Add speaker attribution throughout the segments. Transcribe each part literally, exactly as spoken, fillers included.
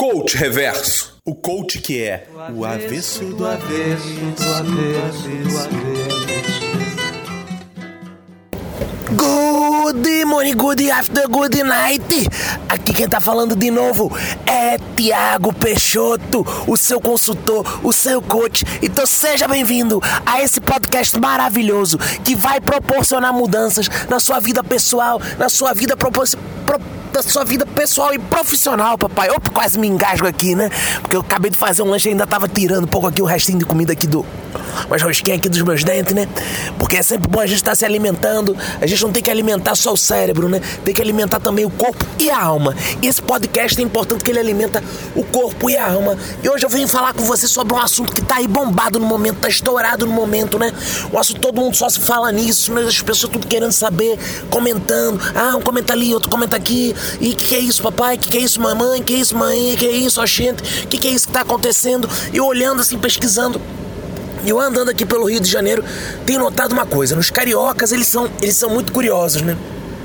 Speaker 1: Coach Reverso. O coach que é o avesso do avesso, do avesso, do avesso.
Speaker 2: Good morning, good after, good night. Aqui quem tá falando de novo é Thiago Peixoto, o seu consultor, o seu coach. Então seja bem-vindo a esse podcast maravilhoso que vai proporcionar mudanças na sua vida pessoal, na sua vida propor- pro- da sua vida pessoal e profissional, papai. Opa, quase me engasgo aqui, né? Porque eu acabei de fazer um lanche e ainda tava tirando um pouco aqui o restinho de comida aqui do... umas rosquinhas aqui dos meus dentes, né? Porque é sempre bom a gente estar se alimentando. A gente não tem que alimentar só o cérebro, né? Tem que alimentar também o corpo e a alma. E esse podcast é importante que ele alimenta o corpo e a alma. E hoje eu venho falar com você sobre um assunto que tá aí bombado no momento, tá estourado no momento, né? Um assunto, todo mundo só se fala nisso, né? As pessoas tudo querendo saber, comentando. Ah, um comenta ali, outro comenta aqui. E o que, que é isso, papai? O que, que é isso, mamãe? O que é isso, mãe? O que é isso, ó, gente? O que, que é isso que tá acontecendo? E olhando assim, pesquisando. E eu andando aqui pelo Rio de Janeiro, tenho notado uma coisa. Nos cariocas, eles são, eles são muito curiosos, né?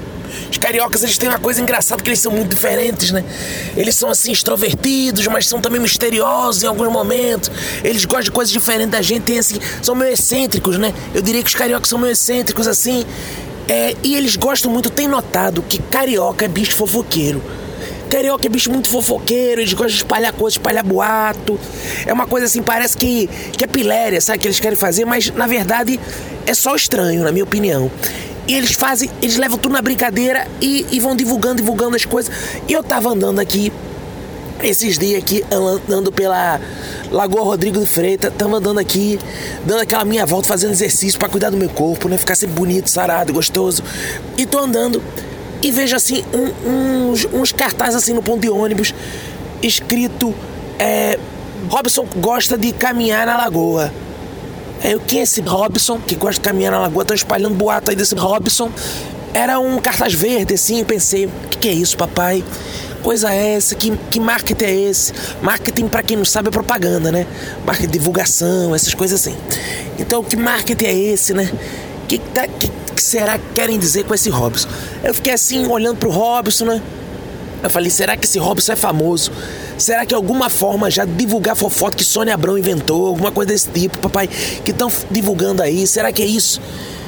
Speaker 2: Os cariocas, eles têm uma coisa engraçada, que eles são muito diferentes, né? Eles são, assim, extrovertidos, mas são também misteriosos em alguns momentos. Eles gostam de coisas diferentes da gente, tem, assim, são meio excêntricos, né? Eu diria que os cariocas são meio excêntricos, assim. É, e eles gostam muito, tem notado que carioca é bicho fofoqueiro. Carioca é bicho muito fofoqueiro, eles gostam de espalhar coisas, espalhar boato. É uma coisa assim, parece que, que é piléria, sabe, que eles querem fazer, mas na verdade é só estranho, na minha opinião. E eles fazem, eles levam tudo na brincadeira e, e vão divulgando, divulgando as coisas. E eu tava andando aqui, esses dias aqui, andando pela Lagoa Rodrigo de Freitas, tava andando aqui, dando aquela minha volta, fazendo exercício pra cuidar do meu corpo, né, ficar sempre bonito, sarado, gostoso. E tô andando e vejo assim um, uns, uns cartazes assim no ponto de ônibus escrito é, Robson gosta de caminhar na lagoa. É, quem é esse Robson que gosta de caminhar na lagoa? Estão espalhando boato aí desse Robson. Era um cartaz verde assim, pensei, o que, que é isso, papai? Coisa é essa? Que, que marketing é esse? Marketing, pra quem não sabe, é propaganda, né? Marketing de divulgação, essas coisas assim. Então, que marketing é esse, né? Que, tá, que, que será que querem dizer com esse Robson? Eu fiquei assim, olhando pro Robson, né? Eu falei, será que esse Robson é famoso? Será que de alguma forma já divulgar fofoca que Sônia Abrão inventou? Alguma coisa desse tipo, papai, que estão divulgando aí? Será que é isso?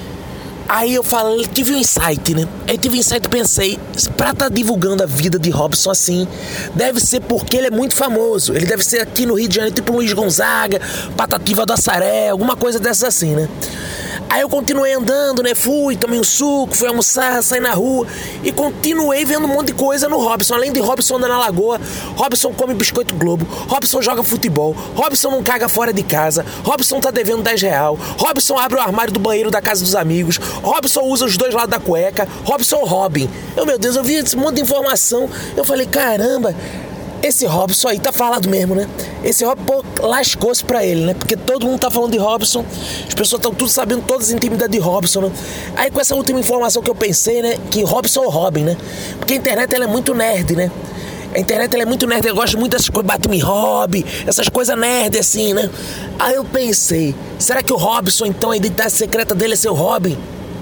Speaker 2: Aí eu falei, tive um insight, né? Aí tive um insight e pensei, pra estar tá divulgando a vida de Robson assim, deve ser porque ele é muito famoso. Ele deve ser aqui no Rio de Janeiro, tipo Luiz Gonzaga, Patativa do Assaré, alguma coisa dessas assim, né? Aí eu continuei andando, né? Fui, tomei um suco, fui almoçar, saí na rua e continuei vendo um monte de coisa no Robson. Além de Robson andar na lagoa, Robson come biscoito Globo, Robson joga futebol, Robson não caga fora de casa, Robson tá devendo dez real, Robson abre o armário do banheiro da casa dos amigos, Robson usa os dois lados da cueca, Robson Robin. Eu, meu Deus, eu vi esse monte de informação, eu falei, caramba, esse Robson aí tá falado mesmo, né? Esse Robson lascou-se pra ele, né? Porque todo mundo tá falando de Robson, as pessoas estão tudo sabendo todas as intimidades de Robson, né? Aí com essa última informação que eu pensei, né? Que Robson ou Robin, né? Porque a internet, ela é muito nerd, né? A internet, ela é muito nerd, eu gosto muito dessas coisas, Batman Hobby, essas coisas nerd assim, né? Aí eu pensei, será que o Robson, então, a identidade secreta dele é seu Robin?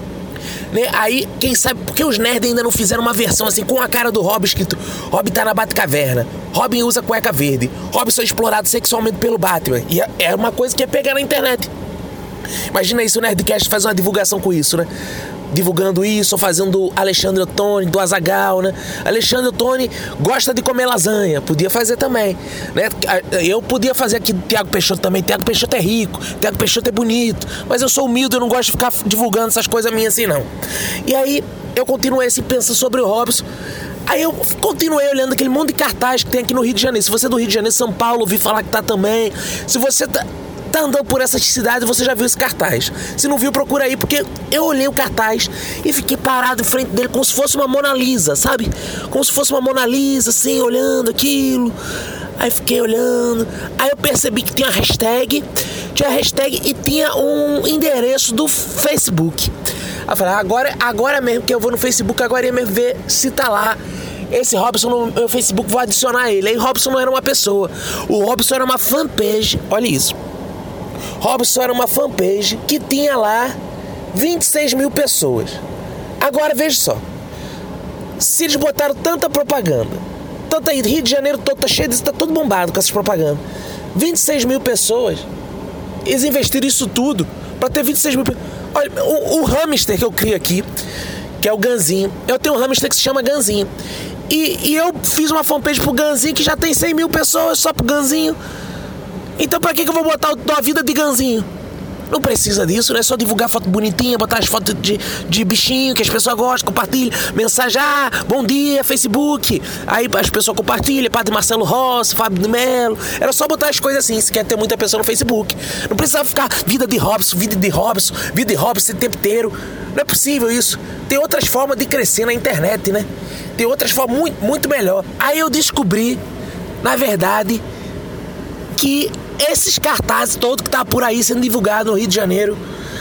Speaker 2: Né? Aí, quem sabe, porque os nerds ainda não fizeram uma versão assim, com a cara do Robin escrito Robin tá na Batcaverna, Robin usa cueca verde, Robson é explorado sexualmente pelo Batman. E é uma coisa que ia pegar na internet. Imagina isso, o Nerdcast faz uma divulgação com isso, né? Divulgando isso, ou fazendo Alexandre Ottoni, do Azaghal, né? Alexandre Ottoni gosta de comer lasanha, podia fazer também, né? Eu podia fazer aqui do Thiago Peixoto também. Thiago Peixoto é rico, Thiago Peixoto é bonito, mas eu sou humilde, eu não gosto de ficar divulgando essas coisas minhas assim, não. E aí, eu continuei assim, pensando sobre o Robson. Aí eu continuei olhando aquele monte de cartaz que tem aqui no Rio de Janeiro. Se você é do Rio de Janeiro, São Paulo, ouvi falar que tá também. Se você tá... tá andando por essas cidades, você já viu esse cartaz. Se não viu, procura aí, porque eu olhei o cartaz e fiquei parado em frente dele como se fosse uma Mona Lisa, sabe? Como se fosse uma Mona Lisa, assim, olhando aquilo. Aí fiquei olhando, aí eu percebi que tinha uma hashtag, tinha hashtag e tinha um endereço do Facebook. Aí eu falei, agora, agora mesmo que eu vou no Facebook, agora ia mesmo ver se tá lá esse Robson no meu Facebook, vou adicionar ele. Aí Robson não era uma pessoa, o Robson era uma fanpage, olha isso. Robson era uma fanpage que tinha lá vinte e seis mil pessoas. Agora veja só, se eles botaram tanta propaganda, Então tá aí, Rio de Janeiro todo tá cheio disso, tá todo bombado com essas propagandas. vinte e seis mil pessoas, eles investiram isso tudo pra ter vinte e seis mil pessoas. Olha, o, o hamster que eu crio aqui, que é o Ganzinho, eu tenho um hamster que se chama Ganzinho. E, e eu fiz uma fanpage pro Ganzinho que já tem cem mil pessoas só pro Ganzinho. Então pra que, que eu vou botar a vida de Ganzinho? Não precisa disso, né? É só divulgar foto bonitinha, botar as fotos de, de bichinho que as pessoas gostam, compartilham, mensagem, ah, bom dia, Facebook. Aí as pessoas compartilham, Padre Marcelo Rossi, Fábio de Melo. Era só botar as coisas assim, se quer ter muita pessoa no Facebook. Não precisava ficar vida de Robson, vida de Robson, vida de Robson o tempo inteiro. Não é possível isso. Tem outras formas de crescer na internet, né? Tem outras formas muito, muito melhor. Aí eu descobri, na verdade, que esses cartazes todos que tá por aí sendo divulgados no Rio de Janeiro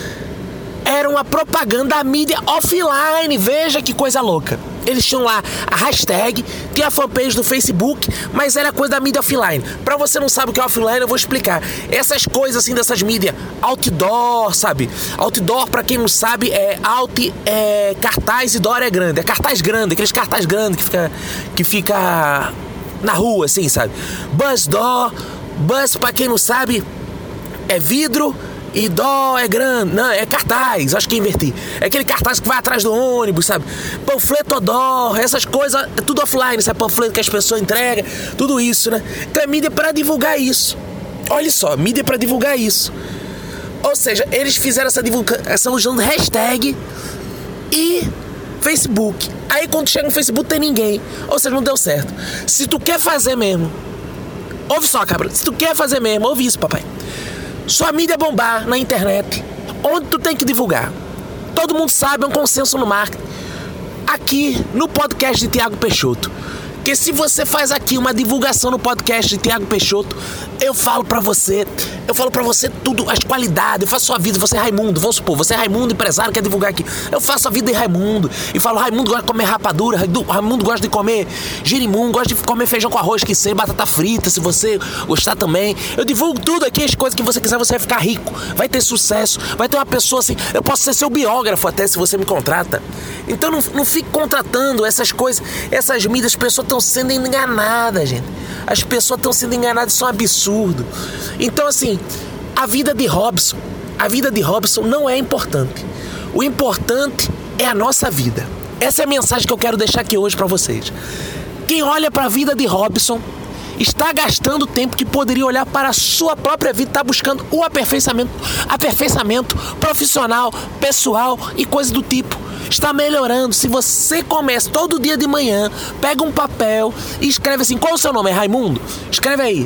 Speaker 2: eram uma propaganda da mídia offline. Veja que coisa louca. Eles tinham lá a hashtag, tinha a fanpage do Facebook, mas era coisa da mídia offline. Pra você não sabe o que é offline, eu vou explicar. Essas coisas assim dessas mídias outdoor, sabe? Outdoor, pra quem não sabe, é out, é cartaz e door é grande. É cartaz grande, aqueles cartaz grandes que fica, que fica na rua, assim, sabe? Bus door. Bus, pra quem não sabe, é vidro e dó é grande. Não, é cartaz, acho que inverti. É aquele cartaz que vai atrás do ônibus, sabe? Panfleto dó, essas coisas, é tudo offline, sabe? Panfleto que as pessoas entregam, tudo isso, né? Então é mídia pra divulgar isso. Olha só, mídia pra divulgar isso. Ou seja, eles fizeram essa divulgação usando hashtag e Facebook. Aí quando chega no Facebook tem ninguém. Ou seja, não deu certo. Se tu quer fazer mesmo, ouve só, cabra. Se tu quer fazer mesmo, ouve isso, papai. Sua mídia bombar na internet, onde tu tem que divulgar? Todo mundo sabe, é um consenso no marketing. Aqui, no podcast de Thiago Peixoto. Porque se você faz aqui uma divulgação no podcast de Thiago Peixoto, eu falo pra você, eu falo pra você tudo, as qualidades, eu faço sua vida, você é Raimundo, vamos supor, você é Raimundo, empresário, quer divulgar aqui. Eu faço a vida de Raimundo, e falo, Raimundo gosta de comer rapadura, Raimundo gosta de comer girimum, gosta de comer feijão com arroz, que sei, batata frita, se você gostar também. Eu divulgo tudo aqui, as coisas que você quiser, você vai ficar rico, vai ter sucesso, vai ter uma pessoa assim, eu posso ser seu biógrafo até, se você me contrata. Então não, não fique contratando essas coisas, essas mídias, as pessoas estão sendo enganadas, gente. As pessoas estão sendo enganadas, isso é um absurdo. Então, assim, a vida de Robson, a vida de Robson não é importante. O importante é a nossa vida. Essa é a mensagem que eu quero deixar aqui hoje pra vocês. Quem olha pra vida de Robson está gastando tempo que poderia olhar para a sua própria vida, está buscando o aperfeiçoamento, aperfeiçoamento profissional, pessoal e coisa do tipo. Está melhorando. Se você começa todo dia de manhã, pega um papel e escreve assim, qual o seu nome? É Raimundo? Escreve aí,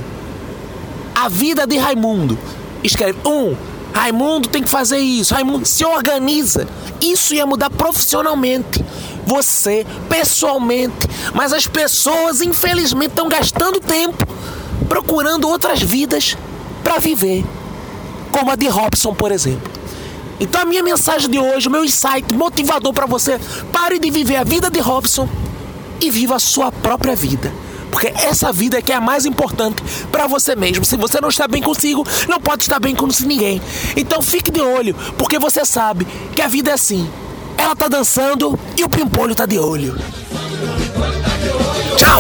Speaker 2: a vida de Raimundo. Escreve, um, Raimundo tem que fazer isso, Raimundo se organiza. Isso ia mudar profissionalmente você, pessoalmente. Mas as pessoas, infelizmente, estão gastando tempo procurando outras vidas para viver, como a de Robson, por exemplo. Então a minha mensagem de hoje, o meu insight motivador para você, pare de viver a vida de Robson e viva a sua própria vida. Porque essa vida que é a mais importante para você mesmo. Se você não está bem consigo, não pode estar bem com ninguém. Então fique de olho, porque você sabe que a vida é assim. Ela tá dançando e o pimpolho tá de olho. Tchau!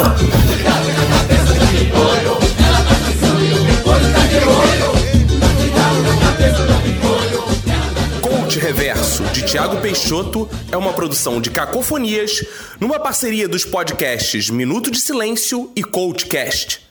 Speaker 1: Coach Reverso, de Thiago Peixoto, é uma produção de Cacofonias, numa parceria dos podcasts Minuto de Silêncio e CoachCast.